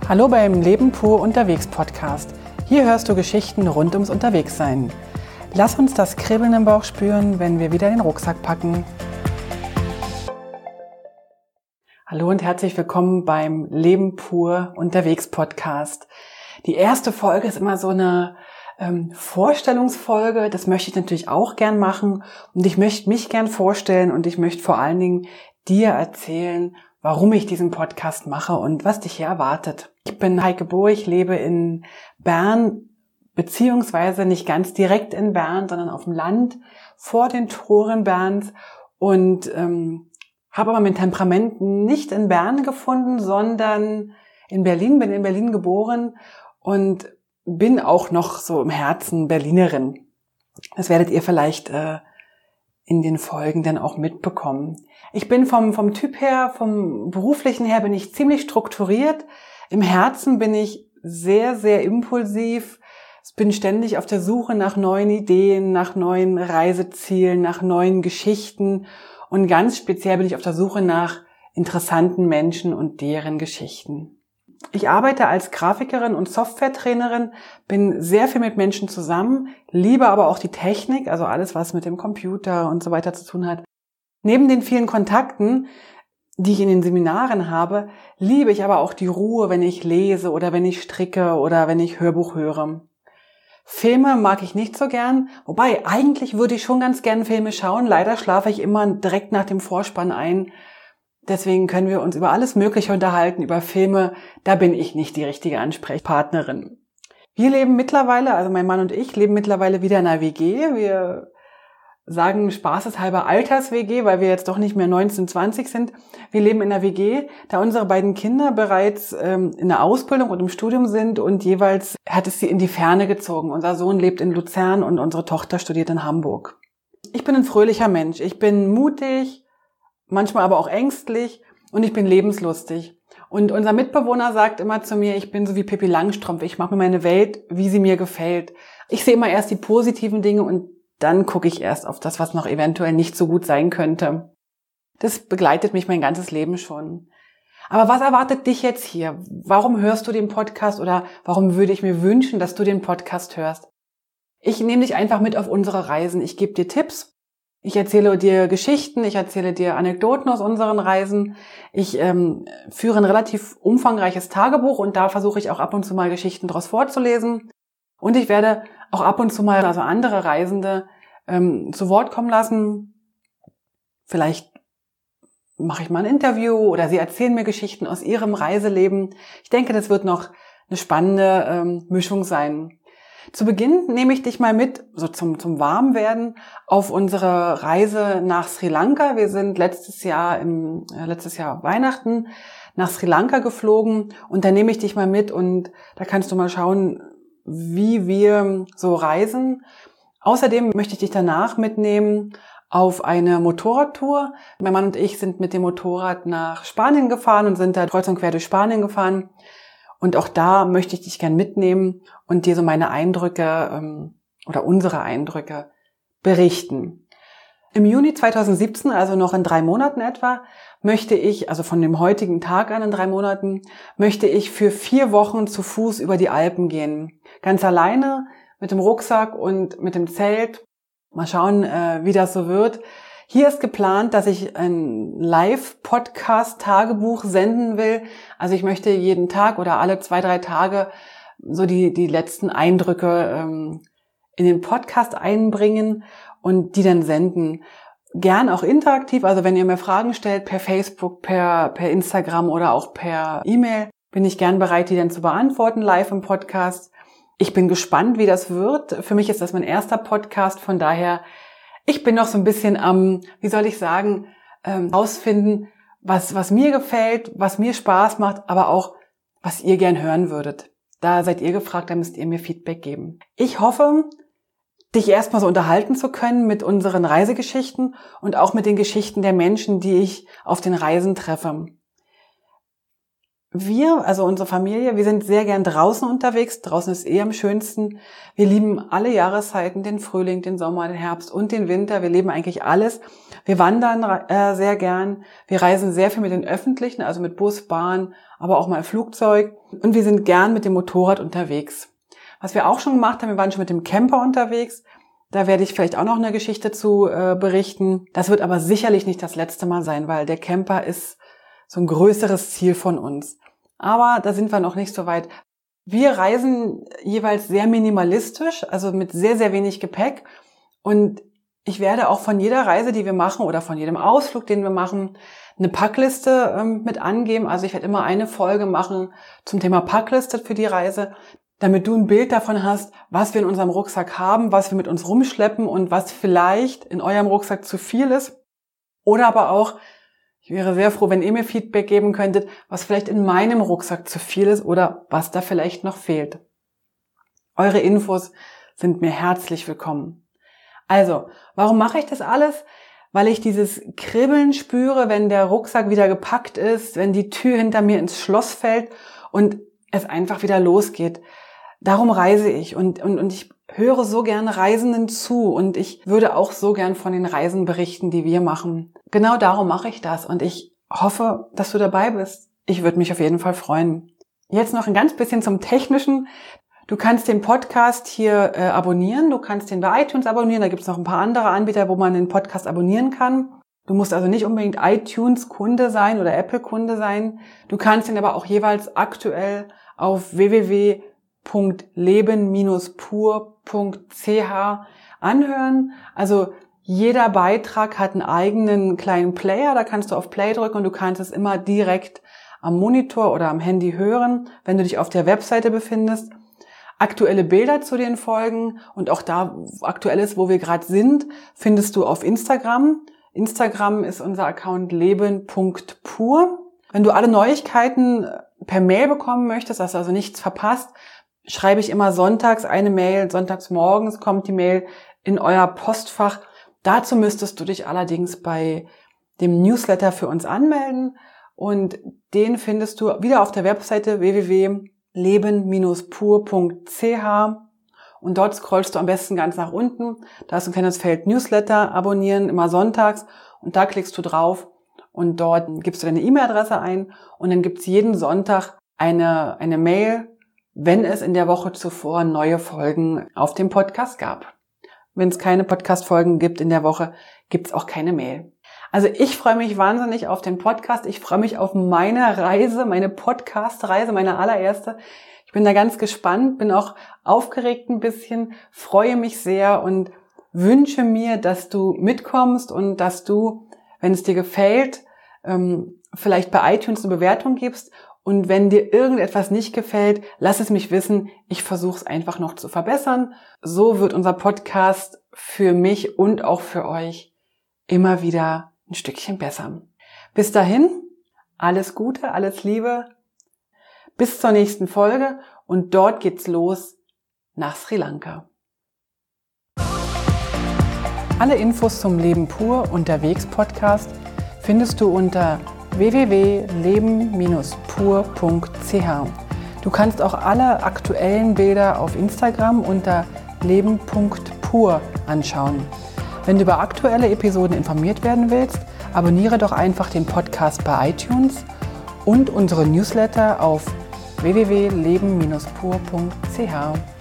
Hallo beim Leben pur unterwegs Podcast. Hier hörst du Geschichten rund ums Unterwegssein. Lass uns das Kribbeln im Bauch spüren, wenn wir wieder den Rucksack packen. Hallo und herzlich willkommen beim Leben pur unterwegs Podcast. Die erste Folge ist immer so eine Vorstellungsfolge. Das möchte ich natürlich auch gern machen und ich möchte mich gern vorstellen und ich möchte vor allen Dingen dir erzählen, warum ich diesen Podcast mache und was dich hier erwartet. Ich bin Heike Bohr, ich lebe in Bern, beziehungsweise nicht ganz direkt in Bern, sondern auf dem Land vor den Toren Berns und habe aber mein Temperament nicht in Bern gefunden, sondern in Berlin, bin in Berlin geboren und bin auch noch so im Herzen Berlinerin. Das werdet ihr vielleicht in den Folgen dann auch mitbekommen. Ich bin vom Typ her, vom beruflichen her bin ich ziemlich strukturiert. Im Herzen bin ich sehr, sehr impulsiv. Ich bin ständig auf der Suche nach neuen Ideen, nach neuen Reisezielen, nach neuen Geschichten. Und ganz speziell bin ich auf der Suche nach interessanten Menschen und deren Geschichten. Ich arbeite als Grafikerin und Softwaretrainerin, bin sehr viel mit Menschen zusammen, liebe aber auch die Technik, also alles, was mit dem Computer und so weiter zu tun hat. Neben den vielen Kontakten, die ich in den Seminaren habe, liebe ich aber auch die Ruhe, wenn ich lese oder wenn ich stricke oder wenn ich Hörbuch höre. Filme mag ich nicht so gern, wobei eigentlich würde ich schon ganz gern Filme schauen. Leider schlafe ich immer direkt nach dem Vorspann ein. Deswegen können wir uns über alles Mögliche unterhalten, über Filme. Da bin ich nicht die richtige Ansprechpartnerin. Wir leben mittlerweile, also mein Mann und ich, leben mittlerweile wieder in einer WG. Wir sagen spaßeshalber Alters-WG, weil wir jetzt doch nicht mehr 19, 20 sind. Wir leben in einer WG, da unsere beiden Kinder bereits in der Ausbildung und im Studium sind und jeweils hat es sie in die Ferne gezogen. Unser Sohn lebt in Luzern und unsere Tochter studiert in Hamburg. Ich bin ein fröhlicher Mensch. Ich bin mutig, manchmal aber auch ängstlich und ich bin lebenslustig. Und unser Mitbewohner sagt immer zu mir, ich bin so wie Pippi Langstrumpf. Ich mache mir meine Welt, wie sie mir gefällt. Ich sehe immer erst die positiven Dinge und dann gucke ich erst auf das, was noch eventuell nicht so gut sein könnte. Das begleitet mich mein ganzes Leben schon. Aber was erwartet dich jetzt hier? Warum hörst du den Podcast oder warum würde ich mir wünschen, dass du den Podcast hörst? Ich nehme dich einfach mit auf unsere Reisen. Ich gebe dir Tipps. Ich erzähle dir Geschichten. Ich erzähle dir Anekdoten aus unseren Reisen. Ich führe ein relativ umfangreiches Tagebuch und da versuche ich auch ab und zu mal Geschichten draus vorzulesen. Und ich werde auch ab und zu mal also andere Reisende zu Wort kommen lassen. Vielleicht mache ich mal ein Interview oder sie erzählen mir Geschichten aus ihrem Reiseleben. Ich denke, das wird noch eine spannende Mischung sein. Zu Beginn nehme ich dich mal mit, so zum Warmwerden, auf unsere Reise nach Sri Lanka. Wir sind letztes Jahr Weihnachten nach Sri Lanka geflogen und da nehme ich dich mal mit und da kannst du mal schauen, wie wir so reisen. Außerdem möchte ich dich danach mitnehmen auf eine Motorradtour. Mein Mann und ich sind mit dem Motorrad nach Spanien gefahren und sind da kreuz und quer durch Spanien gefahren. Und auch da möchte ich dich gern mitnehmen und dir so meine Eindrücke oder unsere Eindrücke berichten. Im Juni 2017, also noch in 3 Monaten etwa, möchte ich, also von dem heutigen Tag an in 3 Monaten, möchte ich für 4 Wochen zu Fuß über die Alpen gehen. Ganz alleine, mit dem Rucksack und mit dem Zelt. Mal schauen, wie das so wird. Hier ist geplant, dass ich ein Live-Podcast-Tagebuch senden will. Also ich möchte jeden Tag oder alle 2, 3 Tage so die letzten Eindrücke in den Podcast einbringen und die dann senden. Gern auch interaktiv, also wenn ihr mir Fragen stellt per Facebook, per Instagram oder auch per E-Mail, bin ich gern bereit, die dann zu beantworten live im Podcast. Ich bin gespannt, wie das wird. Für mich ist das mein erster Podcast, von daher, ich bin noch so ein bisschen am, rausfinden, was mir gefällt, was mir Spaß macht, aber auch, was ihr gern hören würdet. Da seid ihr gefragt, da müsst ihr mir Feedback geben. Ich hoffe, dich erstmal so unterhalten zu können mit unseren Reisegeschichten und auch mit den Geschichten der Menschen, die ich auf den Reisen treffe. Wir, also unsere Familie, wir sind sehr gern draußen unterwegs. Draußen ist am schönsten. Wir lieben alle Jahreszeiten, den Frühling, den Sommer, den Herbst und den Winter. Wir lieben eigentlich alles. Wir wandern sehr gern. Wir reisen sehr viel mit den Öffentlichen, also mit Bus, Bahn, aber auch mal Flugzeug. Und wir sind gern mit dem Motorrad unterwegs. Was wir auch schon gemacht haben, wir waren schon mit dem Camper unterwegs. Da werde ich vielleicht auch noch eine Geschichte zu berichten. Das wird aber sicherlich nicht das letzte Mal sein, weil der Camper ist so ein größeres Ziel von uns. Aber da sind wir noch nicht so weit. Wir reisen jeweils sehr minimalistisch, also mit sehr, sehr wenig Gepäck. Und ich werde auch von jeder Reise, die wir machen oder von jedem Ausflug, den wir machen, eine Packliste mit angeben. Also ich werde immer eine Folge machen zum Thema Packliste für die Reise, damit du ein Bild davon hast, was wir in unserem Rucksack haben, was wir mit uns rumschleppen und was vielleicht in eurem Rucksack zu viel ist. Oder aber auch, ich wäre sehr froh, wenn ihr mir Feedback geben könntet, was vielleicht in meinem Rucksack zu viel ist oder was da vielleicht noch fehlt. Eure Infos sind mir herzlich willkommen. Also, warum mache ich das alles? Weil ich dieses Kribbeln spüre, wenn der Rucksack wieder gepackt ist, wenn die Tür hinter mir ins Schloss fällt und es einfach wieder losgeht. Darum reise ich und ich höre so gern Reisenden zu und ich würde auch so gern von den Reisen berichten, die wir machen. Genau darum mache ich das und ich hoffe, dass du dabei bist. Ich würde mich auf jeden Fall freuen. Jetzt noch ein ganz bisschen zum Technischen. Du kannst den Podcast hier abonnieren, du kannst den bei iTunes abonnieren, da gibt es noch ein paar andere Anbieter, wo man den Podcast abonnieren kann. Du musst also nicht unbedingt iTunes-Kunde sein oder Apple-Kunde sein. Du kannst ihn aber auch jeweils aktuell auf www.leben-pur.ch anhören. Also jeder Beitrag hat einen eigenen kleinen Player, da kannst du auf Play drücken und du kannst es immer direkt am Monitor oder am Handy hören, wenn du dich auf der Webseite befindest. Aktuelle Bilder zu den Folgen und auch da Aktuelles, wo wir gerade sind, findest du auf Instagram. Instagram ist unser Account leben.pur. Wenn du alle Neuigkeiten per Mail bekommen möchtest, dass du also nichts verpasst, schreibe ich immer sonntags eine Mail. Sonntags morgens kommt die Mail in euer Postfach. Dazu müsstest du dich allerdings bei dem Newsletter für uns anmelden und den findest du wieder auf der Webseite www.leben-pur.ch und dort scrollst du am besten ganz nach unten. Da ist ein kleines Feld Newsletter abonnieren, immer sonntags und da klickst du drauf und dort gibst du deine E-Mail-Adresse ein und dann gibt's jeden Sonntag eine Mail, wenn es in der Woche zuvor neue Folgen auf dem Podcast gab. Wenn es keine Podcast-Folgen gibt in der Woche, gibt's auch keine Mail. Also ich freue mich wahnsinnig auf den Podcast. Ich freue mich auf meine Reise, meine Podcast-Reise, meine allererste. Ich bin da ganz gespannt, bin auch aufgeregt ein bisschen, freue mich sehr und wünsche mir, dass du mitkommst und dass du, wenn es dir gefällt, vielleicht bei iTunes eine Bewertung gibst. Und wenn dir irgendetwas nicht gefällt, lass es mich wissen. Ich versuche es einfach noch zu verbessern. So wird unser Podcast für mich und auch für euch immer wieder ein Stückchen besser. Bis dahin, alles Gute, alles Liebe. Bis zur nächsten Folge und dort geht's los nach Sri Lanka. Alle Infos zum Leben pur unterwegs Podcast findest du unter www.leben-pur.ch. Du kannst auch alle aktuellen Bilder auf Instagram unter leben.pur anschauen. Wenn du über aktuelle Episoden informiert werden willst, abonniere doch einfach den Podcast bei iTunes und unsere Newsletter auf www.leben-pur.ch.